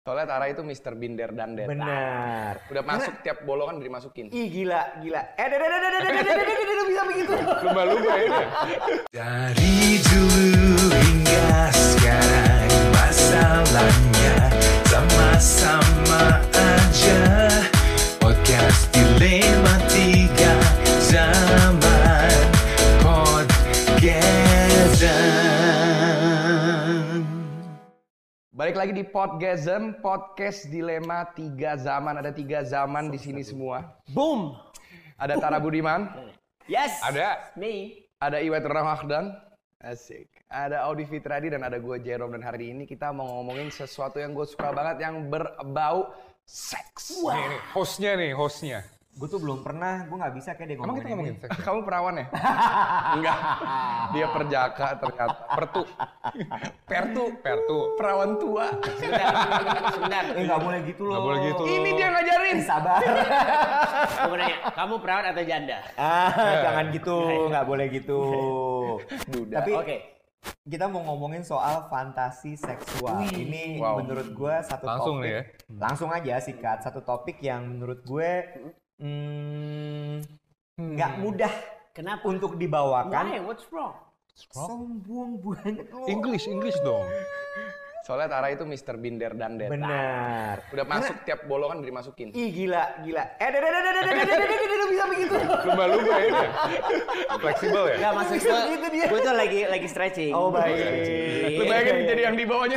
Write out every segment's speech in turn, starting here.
Soalnya Tara itu Mr. Binder dan Det. Benar. Udah masuk tiap bolongan dimasukin. Ih gila. Bisa begitu. Lumba-lumba ini. Dari dulu hingga sekarang masalahnya sama-sama aja. Podcast Dilema 3 Zaman Podcastan. Balik lagi di Podgasm, podcast Dilema 3 Zaman. Ada 3 zaman di sini semua. Boom. Ada Tara Budiman. Yes. Ada. Me. Ada Iwet Rahdan. Asik. Ada Audi Fitradi dan ada gue Jerome. Dan hari ini kita mau ngomongin sesuatu yang gue suka banget yang berbau seks. Wah. Nih, hostnya. Gue tuh belum pernah, gue nggak bisa kayak dia Emang kita ngomongin seks? Kamu perawan ya? Enggak. Dia perjaka ternyata. Pertu. Perawan tua. Sebentar. Nggak boleh gitu loh. Nggak boleh gitu. Ini dia ngajarin. Sabar. Gue mau nanya, kamu perawat atau janda? Jangan gitu, nggak boleh gitu. Duda. Tapi Oke. kita mau ngomongin soal fantasi seksual. Ini Wow. menurut gue satu Langsung topik. nih ya. Langsung aja sikat. Satu topik yang menurut gue nggak mudah Kenapa? untuk dibawakan. Why? What's wrong? Sombong banget lo. English dong. Soalnya Tara itu Mr. Binder dan Det. Benar. Udah masuk tiap bolongan dimasukin. Ih gila. Bisa begitu. Lumba-lumba ini. Fleksibel ya? Enggak, maksud gue, Gitu dia. gue tuh lagi stretching. Oh baik. Lu bayangin jadi yang di bawahnya.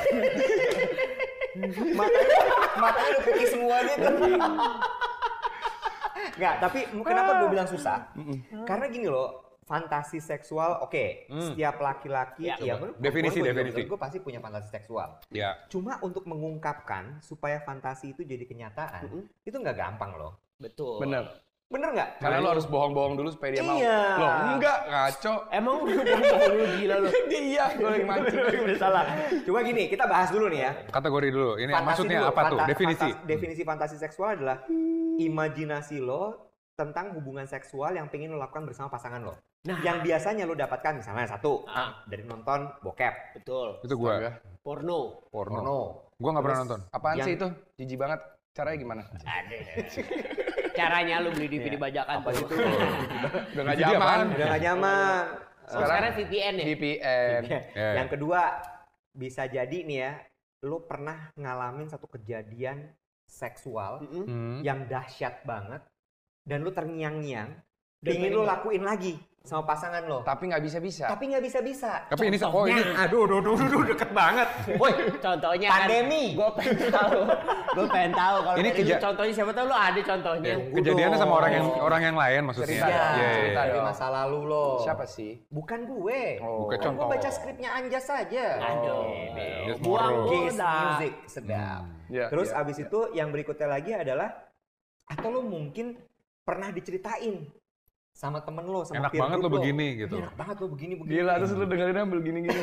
Matanya udah putih semua gitu. Nggak, tapi kenapa gue bilang susah? Karena gini loh, fantasi seksual, oke, setiap laki-laki, Ya, Definisi. gue pasti punya fantasi seksual. Ya. Cuma untuk mengungkapkan supaya fantasi itu jadi kenyataan, itu nggak gampang loh. Betul. Bener. Bener nggak? Karena lo harus bohong-bohong dulu supaya dia mau. Iya. Loh, enggak, ngaco. Emang lu gila lu. Iya, gue yang mancing. Udah salah. Cuma gini, kita bahas dulu nih ya. Kategori dulu. Ini Fantasi maksudnya dulu. apa tuh? Definisi. Definisi fantasi seksual adalah imajinasi lo tentang hubungan seksual yang pengen lo lakukan bersama pasangan lo. Nah. Yang biasanya lo dapatkan misalnya satu, dari nonton bokep, Betul. Itu gua. Porno. porno. Gua nggak pernah Terus, nonton. Apaan Yang- sih itu? Jijik banget. Caranya gimana? Ada. Caranya lu beli DVD bajakan. Apa tuh. itu? Udah nggak Jadi apaan? zaman. Udah gak nyaman. Sekarang VPN ya? VPN. Ya. Yang kedua, bisa jadi nih ya, lo pernah ngalamin satu kejadian seksual yang dahsyat banget, dan lo terngiang-ngiang, Dan ingin lo pengen lakuin lagi sama pasangan lo. Tapi nggak bisa-bisa. Tapi nggak bisa-bisa. Tapi ini ini Aduh, deket banget. Woi, Contohnya pandemi. Gue pengen tahu. Gue pengen tahu kalau Ini dari lu contohnya siapa tahu lu ada contohnya. kejadiannya sama orang yang lain maksudnya. Cerita. Ya, Iya, iya, cerita iya. dari dong. masa lalu lo. Siapa sih? Bukan gue. Oh. Bukan Kan contoh. gue baca skripnya Anjas saja. Aduh. Just Buang more. Kiss udah. music sedap. Ya, Terus ya, abis ya. itu yang berikutnya lagi adalah, atau lo mungkin pernah diceritain sama temen lo, sama Enak peer banget group lo begini gitu. Enak banget lo begini. Gila, terus lu dengerin ambil gini-gini.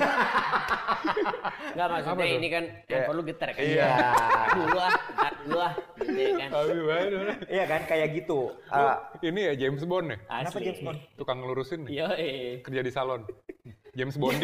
Enggak maksudnya Apa tuh? ini kan handphone lu getar kan. Iya. Dulu ntar dulu gitu ya kan. Tapi banget. Iya kan, kayak gitu. Ini ya James Bond ya? Kenapa Asli. James Bond? Tukang ngelurusin nih. Iya, Kerja di salon. James Bond.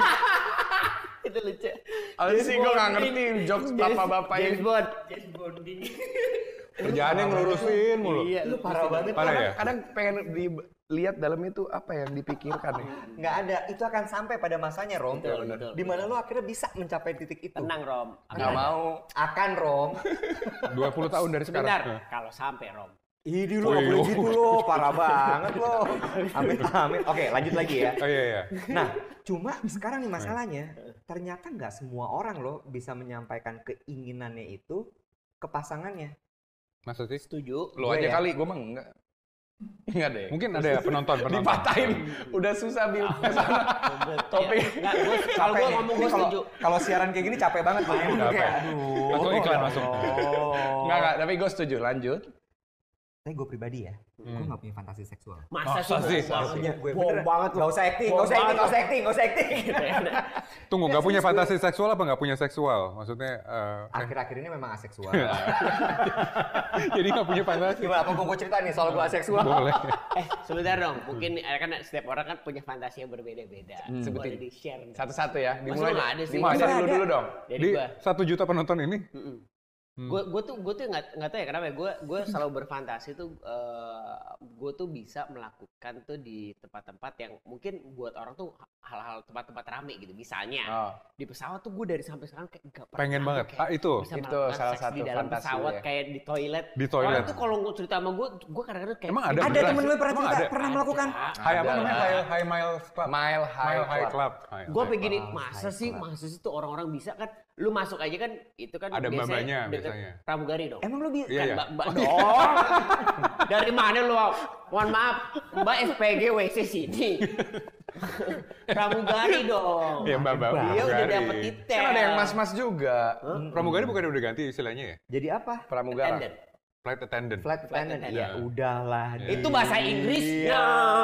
itu lucu. Apa sih, gue nggak ngerti jokes bapak-bapak James ini. Bond. James Bonding. Kerjaannya ngelurusin mulu. Iya, Lu parah banget. Parah ya? Kadang pengen dilihat dalamnya tuh apa yang dipikirkan ya. Nggak ada, itu akan sampai pada masanya, Rom. Betul, betul. Dimana lo akhirnya bisa mencapai titik itu. Tenang, Rom. Nggak mau. Akan, Rom. 20 tahun dari sekarang. Sebentar, kalau sampai Rom. Ini lo, Wih, boleh lo. gitu lo, parah banget lo. Amit. Oke, lanjut lagi ya. Oh iya. Nah, cuma sekarang nih masalahnya, ternyata nggak semua orang loh bisa menyampaikan keinginannya itu ke pasangannya. Masa sih? Setuju. Lu Gue aja ya. kali, gue mah enggak. Enggak deh. Mungkin ada ya penonton. Dipatahin. Udah susah bil kesana. Topik. Enggak, kalau Capek gua nih. ngomong Ini gue kalau setuju. kalau siaran kayak gini capek banget Bang. Capek. Kayak, aduh. Langsung iklan langsung. Oh. Enggak, tapi gue setuju. Lanjut. Tapi gue pribadi ya, gue nggak punya fantasi seksual. Masa sih? Punya gue bohong banget Gak usah acting, gak usah acting. Tunggu, nggak punya fantasi seksual apa nggak punya seksual? Maksudnya Akhir-akhir ini memang aseksual. jadi nggak punya fantasi. Gimana? Apa gue cerita nih soal gue aseksual? Boleh. Sebentar dong. Mungkin kan setiap orang kan punya fantasi yang berbeda-beda. Sebutin. Boleh di-share. nih. Satu-satu ya. Masa nggak ada sih? Dimulai dari Masa lu ada? dulu dong. Jadi Di gua 1 juta penonton ini, gue tuh nggak tahu ya kenapa ya gue selalu berfantasi tuh gue tuh bisa melakukan tuh di tempat-tempat yang mungkin buat orang tuh hal-hal tempat-tempat rame gitu misalnya Oh. di pesawat tuh gue dari sampai sekarang kayak nggak pernah pengen banget. kayak Itu bisa Itu melakukan salah seks satu di dalam fantasi pesawat ya. kayak di toilet Di toilet. orang tuh kalau cerita sama gue kadang-kadang kayak Emang ada? Ada beneran temen sih? lu pernah Emang cerita, ada? pernah melakukan? High apa Ada namanya? lah. High Miles Club. Mile High Club. gue begini Club. masa High sih Club. tuh orang-orang bisa kan lu masuk aja kan itu kan Ada biasanya mbak-mbaknya deket biasanya. pramugari dong. Emang lu bisa? Iya, Kan iya. mbak dong. Dari mana lu? Mohon maaf, Mbak SPG WC sini. Pramugari dong. Iya, Mbak Dia udah pramugari. dapet titel. Kan ada yang mas-mas juga. Pramugari bukan udah ganti istilahnya ya? Jadi apa? Pramugara. Attendant. Flight attendant. Flight attendant. attendant. Ya udahlah. Itu bahasa Inggrisnya.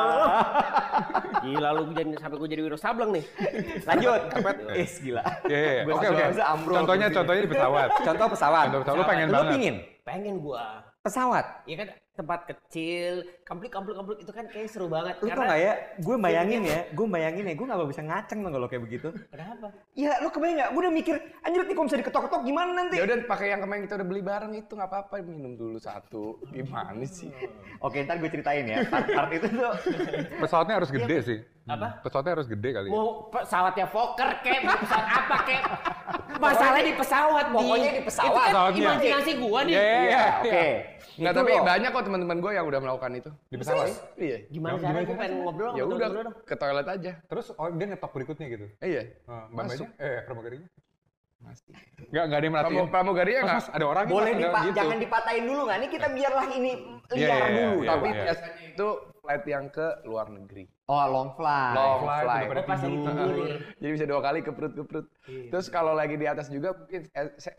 Gila lu sampai gue jadi Wiro Sableng nih. Lanjut. Kapet. Gila. Iya, iya. Gua Oke, oke. bisa ambrol Contohnya kursinya. di pesawat. Contoh pesawat. Contoh pesawat. Lu pengen Lu banget. pingin? Pengen gua. Pesawat. Ya kan tempat kecil, kamplik itu kan kayak seru banget. Lu tau gak ya, gue bayangin ya, gue gak bisa ngaceng dong kalau kayak begitu. Kenapa? Ya lu kebayang gak, gue udah mikir, anjir nih kalau bisa diketok-ketok gimana nanti? Ya udah pakai yang kemarin kita udah beli bareng itu nggak apa-apa, minum dulu satu. Gimana sih? Oke, ntar gue ceritain ya, part itu tuh. Pesawatnya harus gede sih. Apa? Pesawatnya harus gede kali. Mau pesawatnya Fokker kek, mau pesawat apa kek? Masalahnya di pesawat, Pokoknya di pesawat. Itu kan Pesawatnya. imajinasi gua nih. Iya, Oke. Nggak, Itu tapi loh. banyak kok teman-teman gue yang udah melakukan itu. Di pesawat. Iya. Gimana caranya? Gue pengen ngobrol. Ya ngobrol udah dong. ke toilet aja. Terus dia ngetok berikutnya gitu. Iya. Mbak-mbaknya, pramugarinya. Masih. Nggak ada yang merhatiin. Pramugari ya nggak. Mas, ada orang Boleh gitu. jangan dipatahin dulu nggak? Ini kita biarlah ini liar Iya, iya, dulu. iya. Tapi biasanya itu flight yang ke luar negeri. Oh, long flight. Long flight, flight. udah pada Oh, pas lagi tidur. tidur ya. Jadi bisa 2 kali keprut-keprut. Terus kalau lagi di atas juga mungkin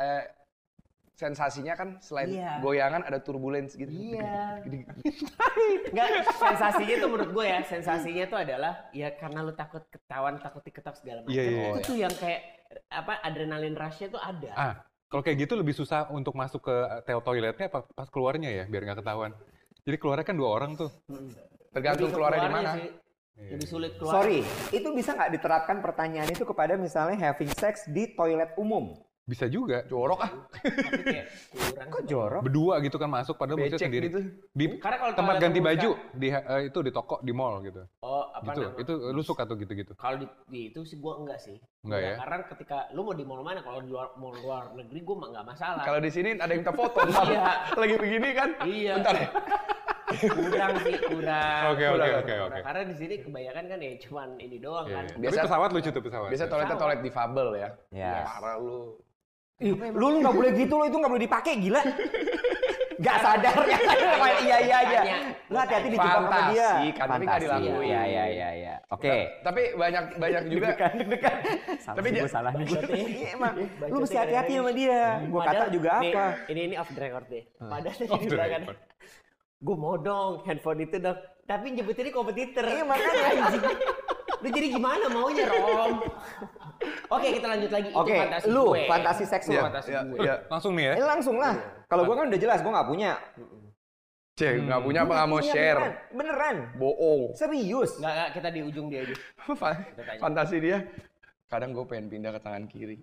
sensasinya kan selain Iya. goyangan ada turbulence gitu. Iya. Enggak, sensasinya tuh menurut gue ya, sensasinya tuh adalah ya karena lu takut ketahuan, takut diketok segala macam. Iya, iya, Itu iya. tuh yang kayak apa adrenalin rush-nya tuh ada. Kalau kayak gitu lebih susah untuk masuk ke toiletnya apa pas keluarnya ya, biar nggak ketahuan. Jadi keluarnya kan 2 orang tuh. Tergantung Lebih ke keluarnya di keluarnya mana. sih. Lebih sulit keluar. Sorry, itu bisa nggak diterapkan pertanyaan itu kepada misalnya having sex di toilet umum? Bisa juga. Jorok ah. Tapi kayak kurang. Kok jorok? Berdua gitu kan masuk, padahal bisa Becek sendiri. gitu. Di Karena kalau tempat toilet ganti umum baju, itu di toko, di mall gitu. Oh, apa Gitu. namanya? Itu lu suka tuh gitu-gitu. Kalau di itu sih gua enggak sih. Enggak ya? Karena ketika lu mau di mall mana, kalau di luar negeri gua mah enggak masalah. Kalau di sini ada yang minta foto. Iya. Lagi begini kan. Iya. Bentar ya. kurang sih, kurang. Oke. Karena di sini kebanyakan kan ya cuman ini doang kan. Tapi Biasa- pesawat lucu tuh pesawat. Biasa toiletnya toilet difabel ya. Ya. Parah lu. Ih, lu nggak boleh gitu, lu itu nggak boleh dipakai, gila. Gak sadar ya, iya aja. Lu hati-hati dijebak sama dia. Fantasi kan, tapi nggak dilakuin. Iya. Oke. Tapi banyak juga. Tapi Tapi gue salah nih. Iya emang. Lu Bacotnya mesti hati-hati sama dia. Gue kata Padahal- juga nih, apa? Ini off the record deh. Padahal Off tadi the bilang kan, record. gue mau dong handphone itu dong. Tapi nyebutinnya kompetitor. Iya makanya. Anjing. Lu jadi gimana maunya, Rom? Oke, kita lanjut lagi. Itu Oke, fantasi lu gue. fantasi seksual. Fantasi Iya, gue. iya. Langsung nih ya. Ini langsung lah. Kalau gue kan udah jelas, gue nggak punya. Cek, nggak punya apa Gua nggak mau punya, share. Beneran. Bohong. Serius. Enggak, kita di ujung dia aja. tanya. Fantasi dia. Kadang gue pengen pindah ke tangan kiri.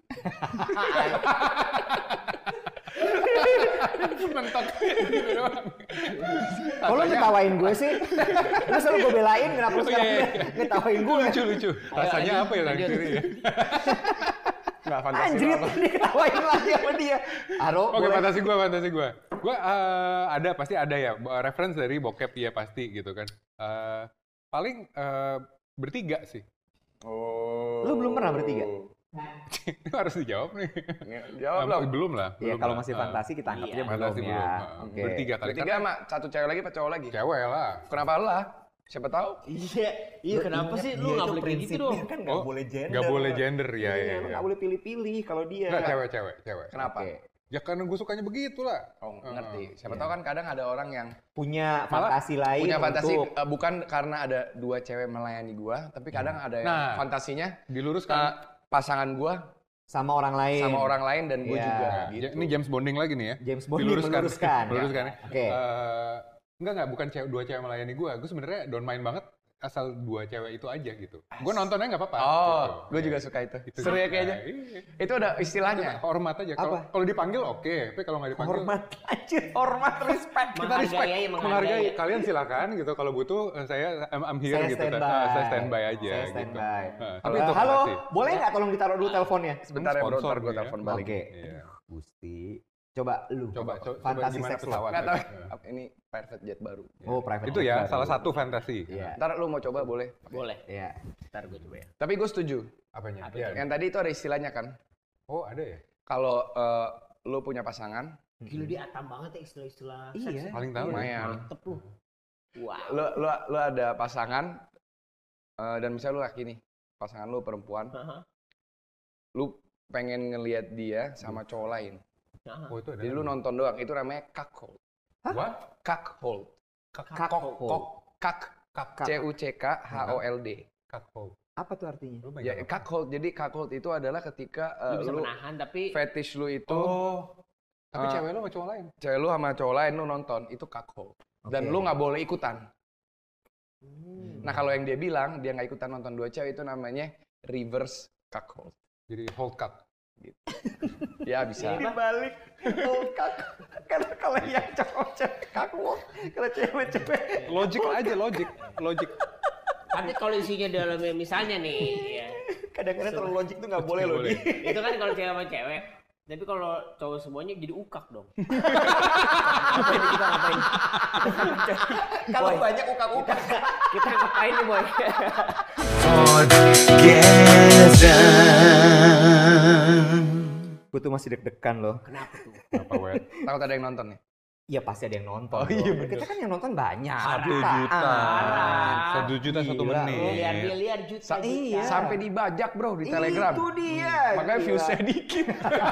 Mentok. Kalau lu ngetawain gue sih, lu selalu gue belain, kenapa lu sekarang iya. ngetawain gue? Lucu. Rasanya lanjut, apa ya tangan lanjut. kiri ya? Nggak fantasi Anjir, lu apa? diketawain lagi sama dia. Aro, Oke, boleh. fantasi gue. Gue pasti ada ya. Reference dari bokep ya pasti gitu kan. Paling bertiga sih. Oh. Lu belum pernah bertiga? Itu harus dijawab nih. Jawab lah. Belum lah. Iya, belum kalau lah. masih fantasi kita anggap Iya. aja belum Fantasi ya. belum. Oke. Bertiga kali. Bertiga sama satu cewek lagi apa cowok lagi? Cewek lah. Kenapa lah? Siapa tahu? Iya, kenapa sih lu nggak boleh kayak gitu dong? Kan nggak boleh gender. Nggak boleh gender, ya. Nggak boleh pilih-pilih kalau dia. Nggak, cewek. Kenapa? Oke. Ya karena gue sukanya begitu lah. Oh, ngerti. Siapa tahu kan kadang ada orang yang Punya fantasi lain punya fantasi untuk bukan karena ada 2 cewek melayani gua, tapi kadang ada yang Nah, fantasinya diluruskan. pasangan gua sama orang lain. sama orang lain dan gua Iya. juga Nah, gitu. ini James Bonding lagi nih ya. James Bonding Diluruskan. meluruskan. Meluruskan ya. Oke. Enggak, bukan dua cewek melayani gue. Gue sebenarnya don't mind banget asal 2 cewek itu aja gitu. Gue nontonnya nggak apa-apa. Oh, gitu. gua juga suka itu. Itu Seru ya sih. kayaknya. Nah, iya. Itu ada istilahnya. Hormat aja. Kalau Apa? kalau dipanggil oke, tapi kalau nggak dipanggil Hormat aja. Hormat, respect. kita respect, Menghargai, menghargai. Kalian silakan gitu. Kalau butuh I'm here Saya gitu. standby. Saya standby aja Saya gitu. standby. Tapi itu Halo, fantasi. boleh nggak tolong ditaruh dulu teleponnya? Sebentar ya bro, Sponsor ntar gua nih ya. telepon balik. Oke. Iya. Gusti. Coba lu. Coba Fantasi gimana seks lo. pesawat. Nggak tahu. Iya. Ini private jet baru. Oh, private Itu jet ya baru. salah satu fantasi. Iya. Ntar lu mau coba boleh. Boleh. Iya. Ntar gue coba ya. Tapi gue setuju. Apanya? Apa Iya. Yang tadi itu ada istilahnya kan. Oh ada ya. Kalau lu punya pasangan, Gila dia atam banget ya istilah-istilah Iya. seks. Paling tahu. lumayan. Mantep lu. Wow. Lu ada pasangan dan misalnya lu laki nih, pasangan lu perempuan, Haha. lu pengen ngelihat dia sama cowok lain. Haha. Oh itu ada. Jadi lu nonton doang, itu namanya cuckold. What? Cuckold. Cuck. CUCKHOLD. Cuckold. Apa tuh artinya? Lu Ya, megang apa? cuckold. Jadi cuckold itu adalah ketika Lu bisa lu menahan tapi fetish lu itu Oh. Tapi Ah. cewek lu sama cowok lain. cewek lu sama cowok lain lu nonton, itu cuckold. Dan Oke. lu nggak boleh ikutan. Nah kalau yang dia bilang dia nggak ikutan nonton 2 cewek itu namanya reverse cuckold. Jadi hold cut. Ya bisa. Dibalik. Karena kalau yang cowok-cewek cuckold, kalau cewek-cewek Logic aja, logic. tapi kalau isinya dalamnya misalnya nih ya. kadang-kadang terlalu logik tuh nggak boleh loh. Boleh. Itu kan kalau cewek sama cewek. Tapi kalau cowok semuanya jadi ukak dong. Kalau banyak ukak-ukak. Kita ngapain nih boy? Gue tuh masih deg-degan loh. Kenapa tuh? Apa wet? Takut ada yang nonton nih. Iya pasti ada yang nonton. Oh, iya, dong. bener. Kita kan yang nonton banyak. 1 juta. Parah. 1 juta 1 Gila. menit. Miliar juta. Iya. Sampai dibajak bro di Telegram. Itu dia. Makanya Gila. viewsnya dikit.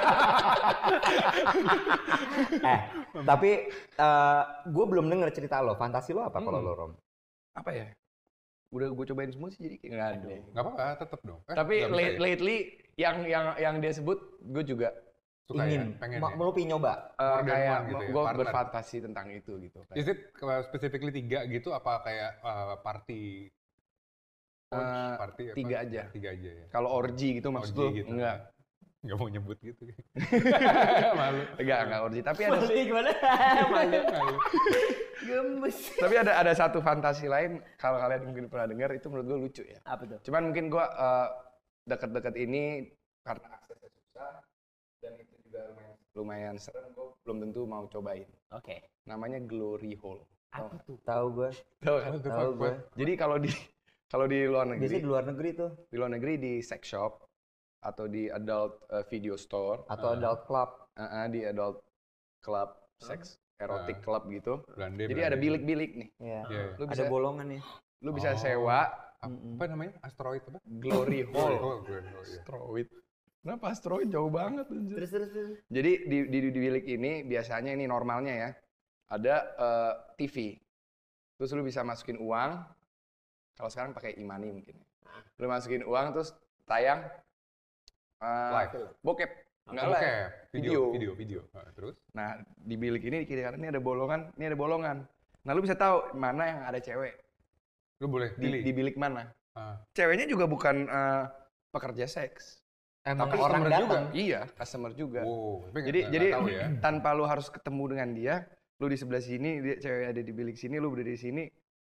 Tapi gue belum denger cerita lo. Fantasi lo apa kalau lo Rom? Apa ya? Udah gue cobain semua sih jadi kayak nggak ada. Nggak apa-apa, tetep dong. Tapi nggak bisa ya? lately yang dia sebut gue juga Suka Ingin. ya, pengen ya. Lo pengen nyoba? More than kayak one gitu ya, gue partner. berfantasi tentang itu gitu. Is it specifically 3 gitu apa kayak party? Party apa? 3 aja. 3 aja ya. Kalau orgy gitu maksud Orgy lu? gitu. Enggak. Nggak mau nyebut gitu. Malu. Enggak orgy. Tapi ada Malu gimana? Malu. Malu. Gemes. tapi ada satu fantasi lain kalau kalian mungkin pernah dengar itu menurut gue lucu ya. Apa tuh? Cuman mungkin gue deket-deket ini karena aksesnya susah dan itu juga lumayan serem, gue belum tentu mau cobain. Oke. Namanya glory hole. Apa tuh? Tahu gue. Tahu kan? Tahu gue. Jadi kalau di luar negeri, Biasanya di luar negeri tuh. di luar negeri di sex shop atau di adult video store, Atau adult club. di adult club sex erotic club gitu. Belanda. Jadi ada bilik-bilik nih. Iya. Iya. Lu Ada bisa bolongan ya. lu bisa Oh. sewa Apa namanya? Asteroid apa? glory hole. Oh, Grand Hole, iya. Asteroid. Kenapa asteroid jauh banget anjir. Terus. Jadi di bilik ini biasanya ini normalnya ya. Ada TV. Terus lu bisa masukin uang. Kalau sekarang pakai e-money mungkin. Lu masukin uang terus tayang Live. bokep. Enggak Oke, lah. video. Terus? Nah, di bilik ini di kiri kanan ini ada bolongan, Nah, lu bisa tahu mana yang ada cewek Lu boleh di pilih. bilik mana. Ah. Ceweknya juga bukan pekerja seks. Emang Tapi orang customer datang. Iya, customer juga. Wow, tapi Jadi nggak tahu ya. tanpa lu harus ketemu dengan dia, lu di sebelah sini, dia cewek ada di bilik sini, lu berdiri di sini.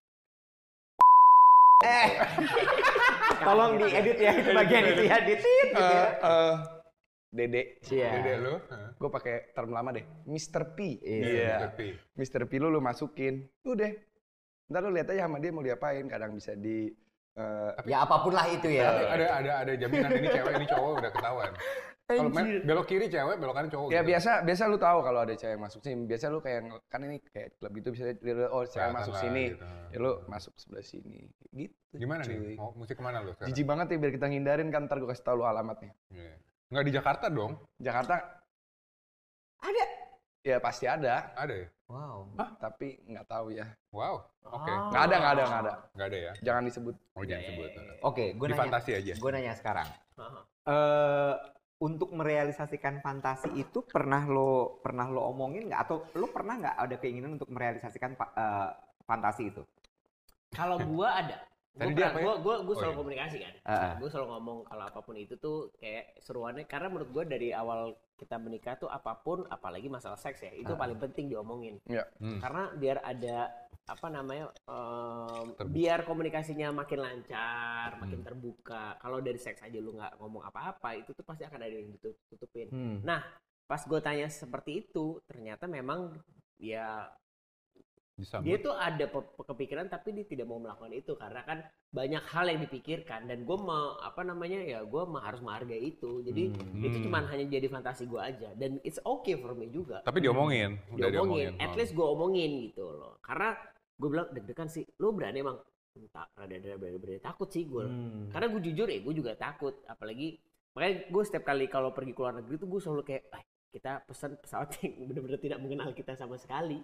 Tolong diedit ya itu bagian itu ya, ditit gitu ya. Dede. Iya. Dede lu. Gue pakai term lama deh. Mr. P. Iya. Tapi Mr. P lu masukin. Udah. Ntar lu lihat aja sama dia mau diapain. Kadang bisa di Ya apapun lah itu ya. ada jaminan ini cewek ini cowok udah ketahuan. Kalau belok kiri cewek, belok kanan cowok. ya gitu. biasa lu tahu kalau ada cewek masuk sini. Biasa lu kayak kan ini kayak klub gitu bisa lihat oh cewek Kelihatan masuk lah, sini. gitu. Ya lu masuk sebelah sini. Gitu. Gimana cuy. nih? Mau musik kemana lu sekarang? Jijik banget ya biar kita ngindarin kan ntar gue kasih tau lu alamatnya. Iya. Nggak di Jakarta dong. Jakarta Ada. Ya pasti ada, Ada ya? Wow. tapi nggak tahu ya. Wow. Oke. Nggak ada. Nggak ada ya? Jangan disebut. Oh, jangan sebut. Oke, gue Di nanya. fantasi aja. Gue nanya sekarang. Aha. Untuk merealisasikan fantasi itu pernah lo omongin nggak, atau lo pernah nggak ada keinginan untuk merealisasikan fantasi itu? Kalau gua ada. Tadi dia apa ya? Gue selalu iya. komunikasi kan. Heeh. Gue selalu ngomong kalau apapun itu tuh kayak seruannya, karena menurut gue dari awal kita menikah tuh apapun, apalagi masalah seks ya, itu paling penting diomongin. Ya. Karena biar ada apa namanya, biar komunikasinya makin lancar, makin terbuka. Kalau dari seks aja lu nggak ngomong apa-apa, itu tuh pasti akan ada yang ditutupin. Nah, pas gue tanya seperti itu, ternyata memang ya dia tuh ada kepikiran, tapi dia tidak mau melakukan itu karena kan banyak hal yang dipikirkan, dan gue harus menghargai itu. Jadi itu cuma hanya jadi fantasi gue aja, dan it's okay for me juga. Tapi diomongin. Udah diomongin. At least gue omongin gitu loh. Karena gue bilang deg-degan sih, lu berani emang? Rada takut sih gue. Karena gue jujur gue juga takut, apalagi makanya gue setiap kali kalau pergi ke luar negeri tuh gue selalu kayak kita pesan pesawat yang benar-benar tidak mengenal kita sama sekali.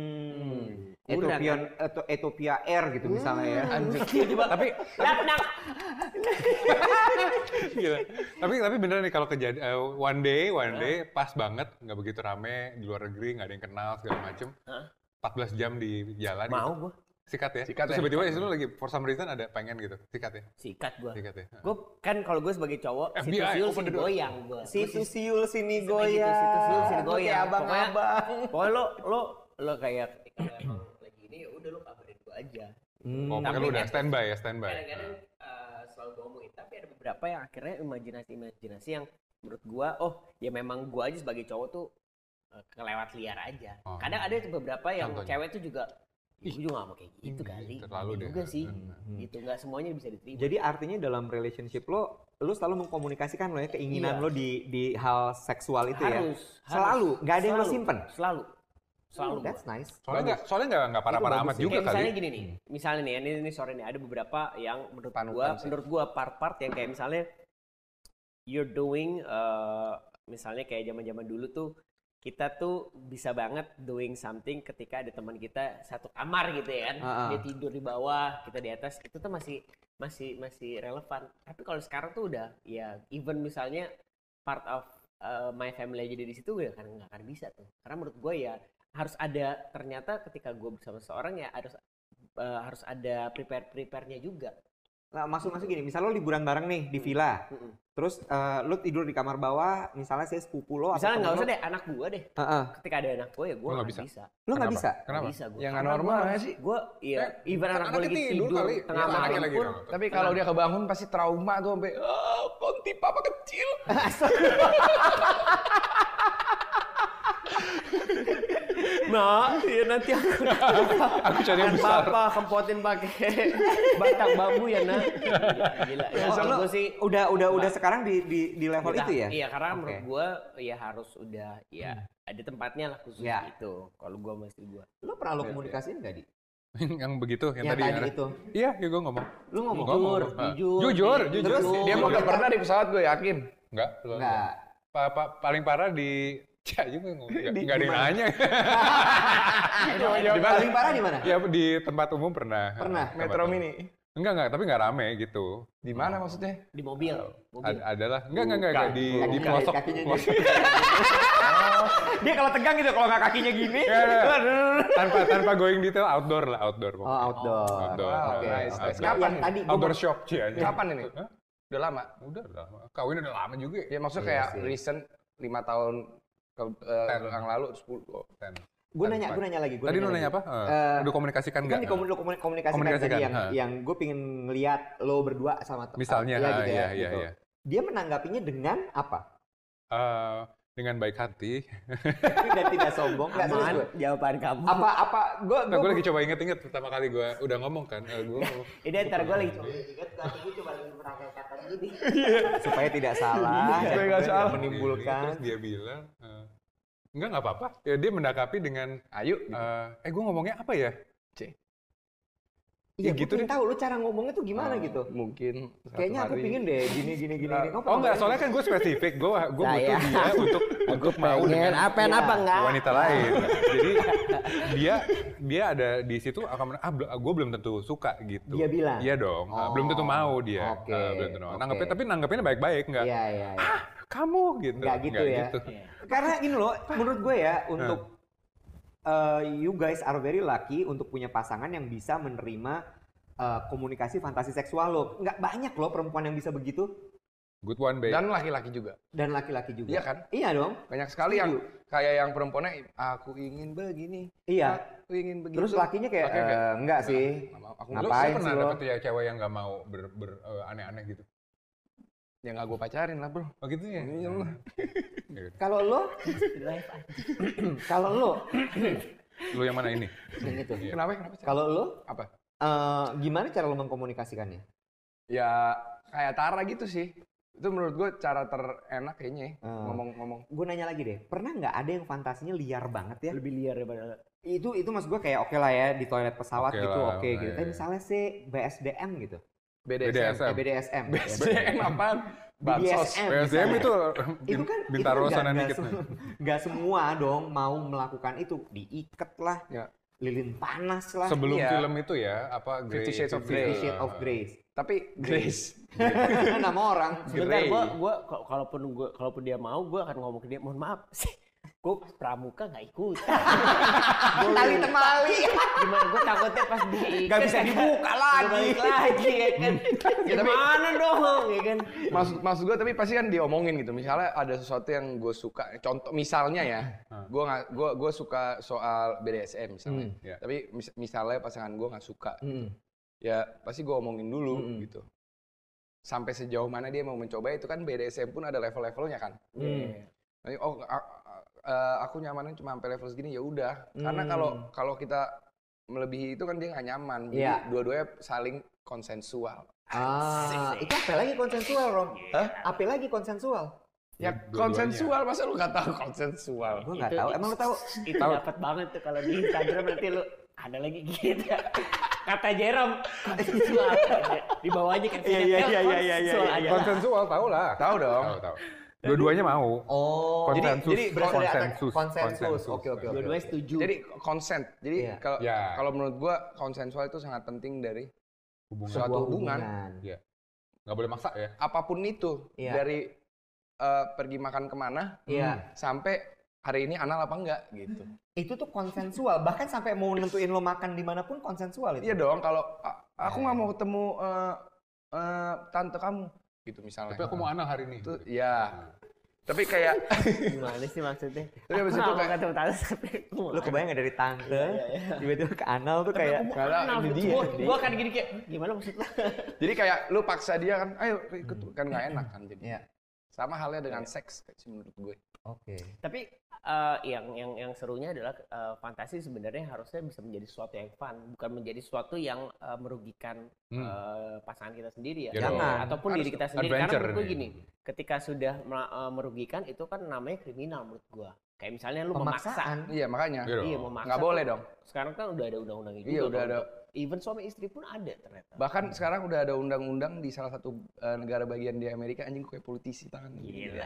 Ethiopia Air gitu misalnya ya. Tapi tenang. gila. Tapi bener nih kalau kejadian one day pas banget, nggak begitu rame di luar negeri, nggak ada yang kenal segala macem. 14 jam di jalan. Mau gitu. gue. Sikat ya? Sikat Terus ya. tiba-tiba istri lu lagi for some reason ada pengen gitu. Sikat ya? Sikat gue. Sikat ya? Gue kan kalau gue sebagai cowok, FBI, situ siul open sini the door. goyang gue. Situ siul sini Gitu, goyang. situ siul sini goyang. Kayak abang-abang. Pokoknya lo kayak kalau emang lagi ini ya udah lo kabarin gue aja. Oh, makanya Tapi lu udah at- standby ya, standby. Kadang-kadang selalu gue omongin, tapi ada beberapa yang akhirnya imajinasi yang menurut gue, ya memang gue aja sebagai cowok tuh kelewat liar aja. Oh. Kadang ada beberapa yang Contohnya? cewek tuh juga, gue juga gak mau kayak gitu kali. terlalu Iya deh. juga sih, gitu, nggak semuanya bisa diterima. Jadi artinya dalam relationship lo selalu mengkomunikasikan lo ya keinginan Iya. lo di hal seksual itu ya. harus Selalu, nggak ada yang lo Selalu. simpen. Selalu That's nice. Soalnya nggak parah-parah amat juga Kayak misalnya kali. gini nih, misalnya nih, ini sorry nih, ada beberapa yang Panutan sih. menurut gua part-part yang kayak misalnya you're doing, misalnya kayak zaman-zaman dulu tuh kita tuh bisa banget doing something ketika ada teman kita satu kamar gitu ya kan, dia tidur di bawah, kita di atas, itu tuh masih relevan. Tapi kalau sekarang tuh udah ya even misalnya part of my family aja di situ udah kan nggak akan bisa tuh, karena menurut gue ya harus ada, ternyata ketika gue bersama seseorang ya harus ada prepare-nya juga. Nah, maksud gini, misal lo liburan bareng nih di villa, terus lo tidur di kamar bawah, misalnya saya sepupu lo, Misalnya nggak atau usah deh anak gue deh, ketika ada anak gue ya gue Lo nggak nggak bisa. bisa. lo nggak Kenapa? bisa. Kenapa? Nggak bisa gue. Ya nggak normal ya sih. Gue iya, even anak gue lagi tidur kali. tengah Ya, malam anaknya lagi pun. nonton. Tapi kalau dia kebangun pasti trauma tuh sampai konti papa kecil. Nah, ya nanti Aku cari yang besar. papa kempotin pakai batang bambu ya nah. Gila. Ya, So, kalau lo gue sih udah sekarang di level Udah, itu ya? Iya, karena Oke. menurut gue ya harus udah ya ada tempatnya lah khusus Ya. itu. Kalau gue sama istri gue. Lo pernah lo komunikasiin nggak di? Yang begitu, yang Yang tadi. tadi itu. Iya, ya gue ngomong. Lo ngomong? Ngomong. Jujur. Terus Dia mau nggak pernah di pesawat, gue yakin. Enggak, belum. Nggak. Paling parah di Cak juga ngomong. Enggak ada yang nanya. Paling parah di mana? Ya di tempat umum pernah. Pernah? Tempat Metro umum. Mini. Enggak, tapi enggak rame gitu. Di mana maksudnya? Di mobil. Adalah. Enggak di Bukan. pelosok. Kakinya pelosok. Dia kalau tegang gitu, kalau nggak kakinya gini. tanpa going detail, outdoor lah, outdoor. Oh, outdoor. Outdoor. Wow, Oke, nice, oke. nice. Yang Kapan tadi gua Outdoor mau- shop sih aja. Kapan ini? Hah? Udah lama. Udah lama. Kawin udah lama juga. Ya maksudnya Iya kayak sih. recent 5 tahun yang lalu 10. Ten. Gue nanya lagi. Tadi lu nanya apa? Udah komunikasikan Kan nggak? komunikasikan Komunikasikan, tadi yang gue pingin ngeliat lo berdua sama Misalnya, ya, gitu ya, iya, gitu. iya. Dia menanggapinya dengan apa? Dengan baik hati. Dan tidak sombong. Nggak, serius Aman gue. jawaban kamu. Apa gue Nah, gue lagi coba inget-inget pertama kali gue udah ngomong kan. Gue ngomong. Ini ntar gue lagi coba ingat, tapi gue coba lagi merangkai kata gini. supaya tidak salah, Supaya dan nggak tidak salah. menimbulkan. Terus dia bilang, nggak apa-apa. Ya dia mendakapi dengan, Ayo. Gitu. gue ngomongnya apa ya? C. Iya, gitu gitu deh. tahu lu cara ngomongnya tuh gimana gitu. Mungkin satu Kayaknya aku hari. pingin deh gini. Oh enggak, soalnya kan gue spesifik, gue butuh Saya. dia untuk mau pengen dengan apa enggak? wanita lain. Jadi dia ada di situ akan gue belum tentu suka gitu. Dia bilang? Iya dong, belum tentu mau dia. Oke, Belum tentu mau. oke. Tapi nanggepinnya baik-baik, enggak. Iya. Kamu gitu. Nggak gitu ya. Karena gini loh, menurut gue ya untuk you guys are very lucky untuk punya pasangan yang bisa menerima komunikasi fantasi seksual lo. Nggak banyak loh perempuan yang bisa begitu. Good one, babe. Dan laki-laki juga. Dan laki-laki juga. Iya kan? Iya dong. Banyak sekali yang kayak yang perempuannya, aku ingin begini. Iya. Aku ingin begitu. Terus lakinya kayak, Lakinya kayak, enggak sih. Aku Lu Ngapain sih pernah lo? dapet ya cewek yang nggak mau aneh-aneh gitu? ya nggak gue pacarin lah bro. Oh gitu ya? Iya lah. Kalau lo, kalau lo, Lu yang mana ini? yang itu. Kenapa? Kalau lo, Apa? gimana cara lo mengkomunikasikannya? Ya kayak Tara gitu sih. Itu menurut gue cara terenak kayaknya ya, ngomong-ngomong. Gue nanya lagi deh, pernah nggak ada yang fantasinya liar banget ya? Lebih liar daripada Itu maksud gue kayak oke lah ya di toilet pesawat Oke gitu, lah, oke gitu. iya, Tapi iya. misalnya sih BSDM gitu, BDSM. BDSM. BDSM apaan? Bansos. BDSM. PSDM misalnya. itu kan Bintaro nggak- sana nggak dikit. sem- nggak semua dong mau melakukan itu, diikat lah, Ya. lilin panas lah. Sebelum Iya. film itu ya, apa Fifty Shades of Grey. 50 Shades of Grace. Tapi Grace. Nama orang. sebentar Grey. gua kalaupun dia mau gua akan ngomong ke dia, mohon maaf gue pramuka nggak ikut. Tali temali. Gimana gue takutnya pas di Nggak bisa dibuka lagi. balik lagi ya kan. Gimana dong ya kan. Maksud gue tapi pasti kan diomongin gitu. Misalnya ada sesuatu yang gue suka. Contoh misalnya ya, gue suka soal BDSM misalnya. ya. Tapi misalnya pasangan gue nggak suka, ya pasti gue omongin dulu gitu. Sampai sejauh mana dia mau mencoba itu kan BDSM pun ada level-levelnya kan. Nanti, aku nyamannya cuma sampai level segini ya udah. Karena kalau kita melebihi itu kan dia nggak nyaman. Jadi Iya. dua-duanya saling konsensual. Itu apa lagi konsensual, Rom? Hah? Apa lagi konsensual? Ya Dua-duanya. konsensual, masa lu nggak tahu konsensual? Gue nggak tahu. Emang lo tahu? Itu dapat banget tuh kalau di Instagram nanti lu ada lagi gitu. Kata Jerome konsensual. Di bawahnya kan Iya. Konsensual tau lah. Tahu dong. Tahu. Dua-duanya mau. Oh, Jadi berarti ada konsensus. konsensus. Oke. Dua-duanya setuju. Jadi consent. Jadi Iya. kalau Ya. kalau menurut gua konsensual itu sangat penting dari Hubungan. suatu Sebuah hubungan. Nggak boleh maksa ya. Apapun itu, Iya. dari pergi makan kemana Iya. sampai hari ini anal apa enggak gitu. Itu tuh konsensual. Bahkan sampai mau nentuin lo makan dimanapun konsensual itu. Iya dong. Kalau aku nggak mau ketemu tante kamu gitu misalnya. Tapi aku mau anal hari ini. Itu ya. Tapi kayak Gimana sih maksudnya? Tapi abis itu Aku kayak- ketemu tante sampai Lo kebayang nggak dari tante tiba-tiba ke anal tuh kayak nggak ada ini dia. Gue akan gini kayak gimana maksud lo? Jadi kayak lu paksa dia kan, ayo ikut kan nggak enak kan jadi. Iya. Sama halnya dengan seks sih menurut gue. Oke. Tapi yang serunya adalah fantasi sebenarnya harusnya bisa menjadi sesuatu yang fun, bukan menjadi sesuatu yang merugikan pasangan kita sendiri ya. Ya dong. Ataupun diri kita sendiri. Adventure Karena menurut gue nih. gini, ketika sudah merugikan itu kan namanya kriminal menurut gue. Kayak misalnya lu Pemaksaan. memaksa. Iya makanya. Iya dong. Iya, memaksa. Nggak boleh dong. Sekarang kan udah ada undang-undangnya juga. Iya, udah kalau ada. untuk- Even suami istri pun ada ternyata. Bahkan sekarang udah ada undang-undang di salah satu negara bagian di Amerika anjing kayak politisi tangan. Gila.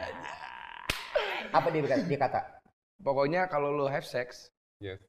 Apa dia kata? Pokoknya kalau lu have sex Yes.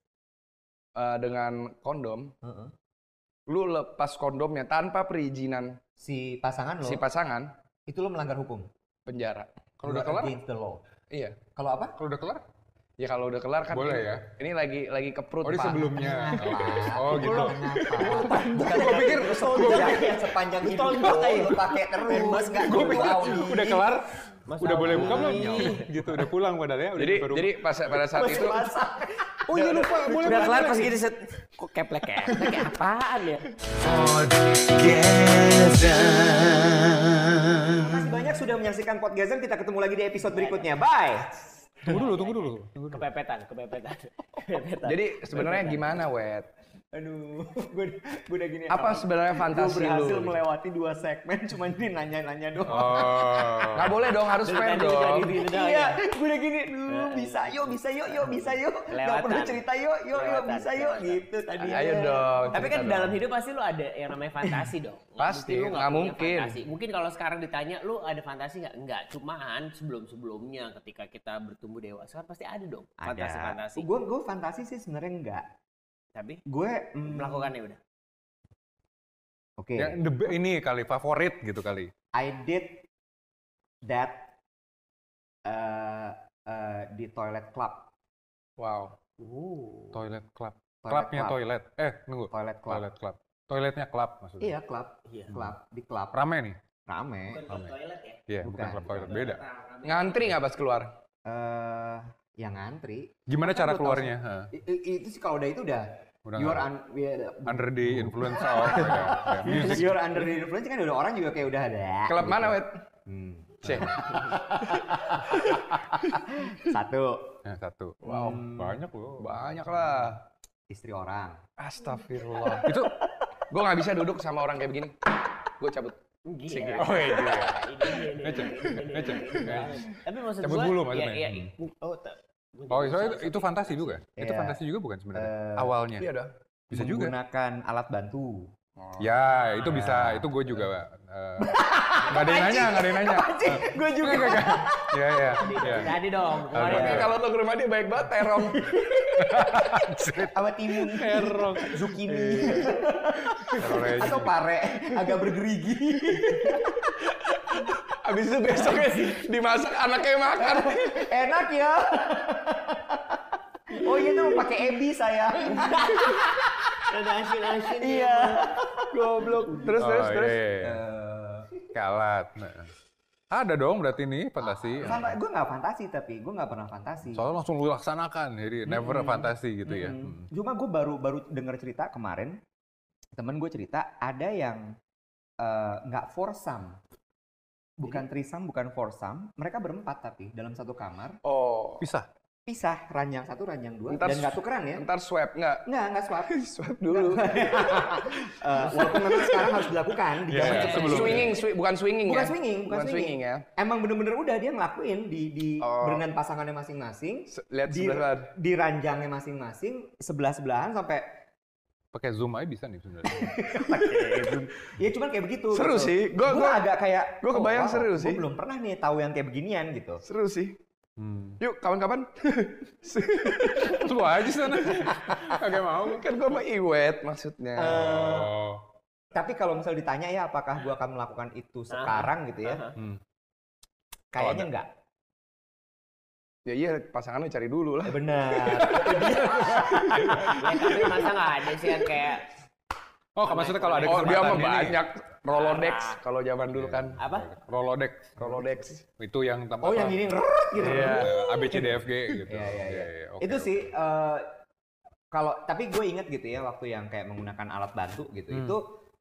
dengan kondom, lu lepas kondomnya tanpa perizinan Si pasangan lo, si pasangan, itu lo melanggar hukum. penjara. Kalau udah kelar? Against the law. Iya. Kalau apa? Kalau udah kelar? Ya kalau udah kelar kan. Boleh ya? Ini lagi keprut Oh, di Pak. sebelumnya. Oh, gitu. Gue pikir sepanjang hidup lo pakai terus nggak Gue pikir tahu. udah kelar, Masa udah boleh buka belum? ini. Gitu, udah pulang padahal ya. Udah Jadi baru- jadi pada saat itu oh iya lupa, boleh Udah kelar boleh. pas gini set, kok keplek apaan ya? Terima kasih banyak sudah menyaksikan Podgasm. Kita ketemu lagi di episode berikutnya. Bye. Tunggu dulu. Kepepetan. jadi sebenarnya gimana, Wet? Aduh, gue udah gini. Apa sebenarnya Gue fantasi berhasil lu? melewati 2 segmen, cuma ini nanya-nanya doang. Oh. Nggak boleh dong, harus fair Tadi udah dong. gitu doang Iya, ya. gue udah gini, bisa yuk, bisa yuk, bisa yuk. Gak Kelewatan. perlu cerita yuk, Kelewatan, bisa yuk, kelewatan. gitu tadi. Ayo dong. Tapi kan cerita dalam dong. hidup pasti lu ada yang namanya fantasi dong. Pasti, lu nggak punya mungkin. fantasi. Mungkin kalau sekarang ditanya lu ada fantasi nggak? Enggak. Cuman sebelum-sebelumnya ketika kita bertumbuh dewasa kan pasti ada dong fantasi-fantasi. Gue fantasi sih sebenarnya enggak. Tapi Gue melakukannya udah. Oke. Yang ini kali favorit gitu kali. I did that di toilet club. Wow. Toilet club. Toilet Clubnya club. toilet. Nunggu. Toilet club. Toilet club. Toiletnya club maksudnya. Iya, club. Iya. Club di club. Rame nih. Rame. Bukan toilet ya? Iya, bukan Bukan. club toilet. Beda. Ngantri nggak pas keluar? Yang ngantri. Gimana Kan cara gua tahu keluarnya? sih. Hah. Itu sih kalau udah itu udah Udah you are nggak- Under the influence of music. you're under the influence kan udah orang juga kayak udah ada. Klub mana, Wet? Hmm. Cek. Satu, Satu. Wow. Banyak loh. Banyak lah. istri orang. Astagfirullah. Itu gue nggak bisa duduk sama orang kayak begini. Gue cabut. Gila. Oh iya. Ini. Ngecek. Tapi maksud Cabut gua, bulu ya, maksudnya. oh, Oh, soalnya itu fantasi juga. Itu Iya. fantasi juga bukan sebenarnya. Awalnya. Iya dah. Bisa juga. Menggunakan alat bantu. Ya, itu bisa. Itu gue juga. Nggak ada yang nanya. Gue juga. Iya. Jadi dong. Oke. Tapi kalau lo ke rumah dia baik banget, terong. Sama timun. Terong. Zucchini. Terornya Atau pare. Agak bergerigi. Abis itu besoknya dimasak anaknya makan. Enak ya. Oh iya tuh pakai ebi saya. Ada asin-asin. Iya. Goblok. Terus. Iya. Kalat. Nah. Ada dong berarti nih fantasi. Gue nggak fantasi tapi gue nggak pernah fantasi. Soalnya langsung lu laksanakan, jadi never fantasi gitu ya. Cuma gue baru dengar cerita kemarin, temen gue cerita ada yang nggak foursome, bukan threesome, bukan foursome. Mereka berempat tapi dalam satu kamar, Oh. pisah ranjang satu, ranjang dua, Ntar dan nggak tukeran ya? Ntar swab nggak? Nggak swap. Swab dulu. Walaupun memang sekarang harus dilakukan di Iya, zaman iya. sebelum. Bukan swinging Bukan ya? swinging, bukan swinging. ya. Emang bener-bener udah dia ngelakuin di Oh. berenang pasangannya masing-masing, Lihat di, sebelah. di ranjangnya masing-masing, sebelah-sebelahan sampai Pakai zoom aja bisa nih sebenarnya. ya cuman kayak begitu. Seru gitu. sih. Gua agak kayak gua kebayang seru sih. Gue belum pernah nih tahu yang kayak beginian gitu. Seru sih. Yuk, kawan-kawan. Lu aja sana. Kagak mau. Kan gua sama Iwet maksudnya. Oh. Tapi kalau misal ditanya ya apakah gua akan melakukan itu sekarang gitu ya? Kayaknya enggak. Ya iya, pasangan lu cari dulu lah. Benar. Ya, tapi masa nggak ada sih yang kayak Oh, maksudnya kalau ada Oh, dia mah kesempatan ini. banyak. Rolodex kalau zaman dulu kan. apa? Rolodex. Rolodex. Itu yang Oh yang ini ngerut gitu. Iya. ABCDFG gitu. Iya. Oke, Itu oke. sih kalau tapi gue inget gitu ya waktu yang kayak menggunakan alat bantu gitu itu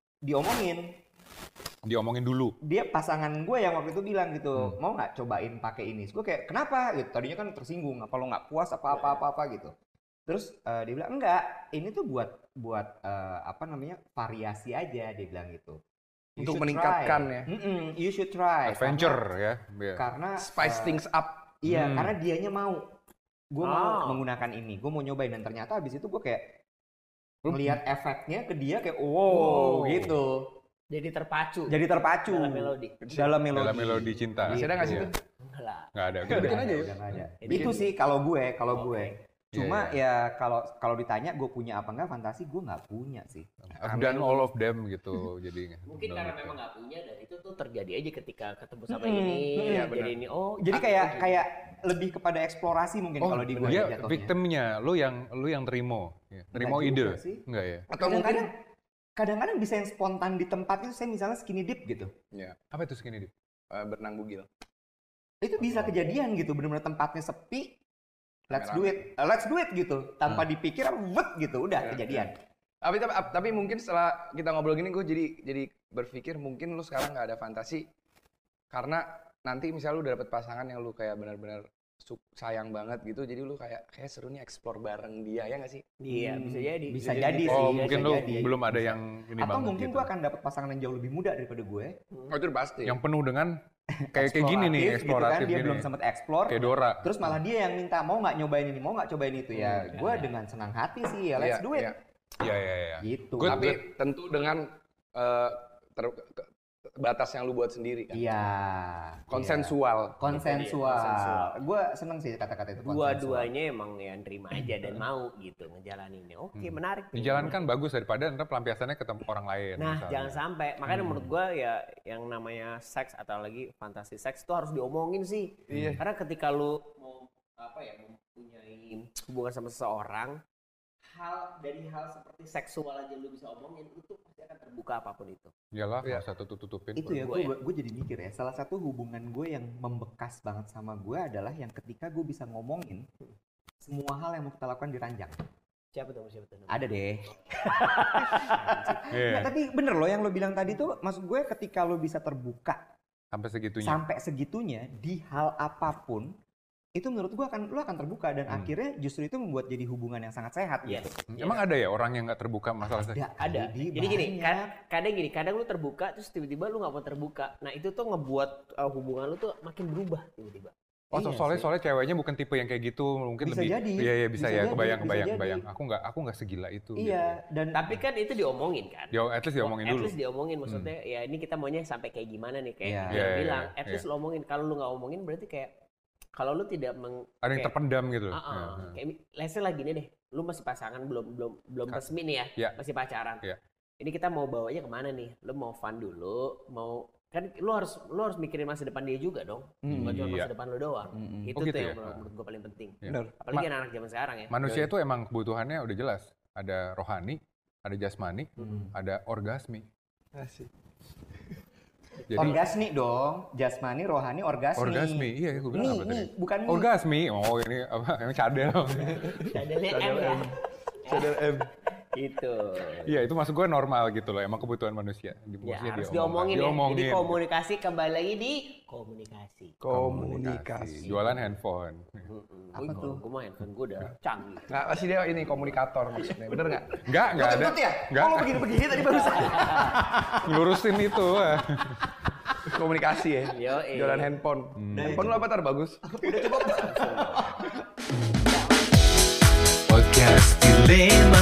Diomongin dulu. dia pasangan gue yang waktu itu bilang gitu mau nggak cobain pakai ini. Gue kayak kenapa gitu, tadinya kan tersinggung apa lo nggak puas apa gitu. Terus dia bilang enggak, ini tuh buat apa namanya variasi aja, dia bilang gitu. You Untuk should meningkatkan try. ya. You should try. Adventure ya. Iya. Karena Spice things up. iya, karena dianya mau. Gue mau Oh. menggunakan ini, gue mau nyobain dan ternyata abis itu gue kayak melihat efeknya ke dia kayak wow gitu. Jadi terpacu. Jadi terpacu Dalam melodi. Dalam melodi. Dalam melodi cinta. Masih ada nggak sih Iya. tuh? Enggak lah. Nggak ada. Udah bikin aja nggak yuk. udah nggak ada. Bikin. Itu sih kalau gue. Iya, Cuma ya kalau ditanya gue punya apa enggak fantasi, gue nggak punya sih. I've done all of them gitu. Jadi Mungkin karena memang nggak punya dan itu tuh terjadi aja ketika ketemu sama Mm-mm. ini. Iya, Jadi benar. ini oh Jadi kayak lebih kepada eksplorasi mungkin Oh, kalau di gue dia jatuhnya. victimnya, lu yang terima. Ya. Terima Enggak ide. juga sih. Enggak ya? Atau mungkin Kadang-kadang bisa yang spontan di tempat itu, saya misalnya skinny dip gitu. ya, Apa itu skinny dip? berenang bugil. Itu bisa kejadian gitu, benar-benar tempatnya sepi. Let's do it gitu, tanpa dipikir, wet gitu, udah kejadian. Tapi mungkin setelah kita ngobrol gini, gue jadi berpikir mungkin lu sekarang nggak ada fantasi karena nanti misalnya lu udah dapet pasangan yang lu kayak benar-benar sayang banget gitu, jadi lu kayak seru nih explore bareng dia, ya nggak sih? Iya, bisa jadi. Bisa jadi sih. Oh, bisa mungkin lu jadi. belum ada yang ini Atau banget mungkin gitu. gue akan dapat pasangan yang jauh lebih muda daripada gue. Oh itu pasti. Yang penuh dengan kayak gini nih, Eksploratif eksploratif gitu kan, dia gini. belum sempat explore. Kayak Dora. Terus malah dia yang minta, mau nggak nyobain ini, mau nggak cobain itu ya. Gue dengan senang hati sih, ya let's Iya, do it. iya. Iya. Gitu. Good, Tapi tentu dengan batas yang lu buat sendiri kan. Iya. Konsensual. Konsensual. Gue seneng sih kata-kata itu. konsensual. Dua-duanya emang ya nerima aja dan mau gitu ngejalaninnya. Oke, menarik. nih. Dijalankan bagus daripada ntar pelampiasannya ke orang lain. Nah, misalnya. jangan sampai. Makanya menurut gua ya yang namanya seks atau lagi fantasi seks itu harus diomongin sih. Iya. Karena ketika lu mau mempunyai hubungan sama seseorang, dari hal seperti seksual aja lu bisa omongin, itu pasti akan terbuka apapun itu. Iyalah, nggak usah tutupin. Itu ya, gue jadi mikir ya, salah satu hubungan gue yang membekas banget sama gue adalah yang ketika gue bisa ngomongin semua hal yang mau kita lakukan di ranjang. Siapa tuh? Ada deh. Iya. Nah, tapi bener loh yang lo bilang tadi tuh, maksud gue ketika lo bisa terbuka Sampai segitunya. sampai segitunya di hal apapun, itu menurut gue lo akan terbuka dan akhirnya justru itu membuat jadi hubungan yang sangat sehat Yes. gitu. Emang ada ya orang yang nggak terbuka masalah seks? Ada. Jadi gini, kadang lu terbuka terus tiba-tiba lu nggak mau terbuka. Nah itu tuh ngebuat hubungan lu tuh makin berubah tiba-tiba. Oh, Iya soalnya ceweknya bukan tipe yang kayak gitu, mungkin Bisa lebih. jadi. Iya, bisa Bisa ya, jadi, kebayang. bisa jadi. Aku nggak segila itu. Iya, dan Tapi kan itu diomongin kan. Gitu. At least diomongin At dulu. least diomongin, maksudnya ya ini kita maunya sampai kayak gimana nih kayak Iya. dia Iya, bilang. iya, At least lo omongin. Kalau lu nggak omongin berarti kayak kalau lu tidak Ada yang terpendam gitu. kayak let's say lah gini deh, lu masih pasangan belum resmi nih ya, Iya. masih pacaran. Iya. Ini kita mau bawanya kemana nih? Lu mau fun dulu, mau kan lu harus mikirin masa depan dia juga dong, bukan cuma Iya. masa depan lu doang. Itu Oh, gitu tuh ya? yang menurut gua paling penting. Iya. Bener. Apalagi anak-anak zaman sekarang ya. Manusia itu emang kebutuhannya udah jelas. Ada rohani, ada jasmani, ada orgasmi. Jadi orgasmi dong, jasmani, rohani, orgasmi. Iya, gue bilang apa tadi? Nih, bukan nih. Orgasmi. Oh, ini apa? Yang cadel. Cadalnya M ya. Sadar M. Gitu. Iya, itu maksud gue normal gitu loh. Emang kebutuhan manusia. Ya Maksudnya harus diomongin ya. Jadi Diomongin. komunikasi kembali lagi di komunikasi. Komunikasi. Jualan handphone. Apa tuh? Gue mah handphone gue udah canggih. Nggak, pasti dia ini komunikator maksudnya, bener nggak? Enggak ada. Kentut ya? Enggak. Oh, lo begini-begini tadi barusan. Ngelurusin itu. Komunikasi ya. Yoi. Jualan handphone. Handphone lu apa tar bagus? Podcast Dilema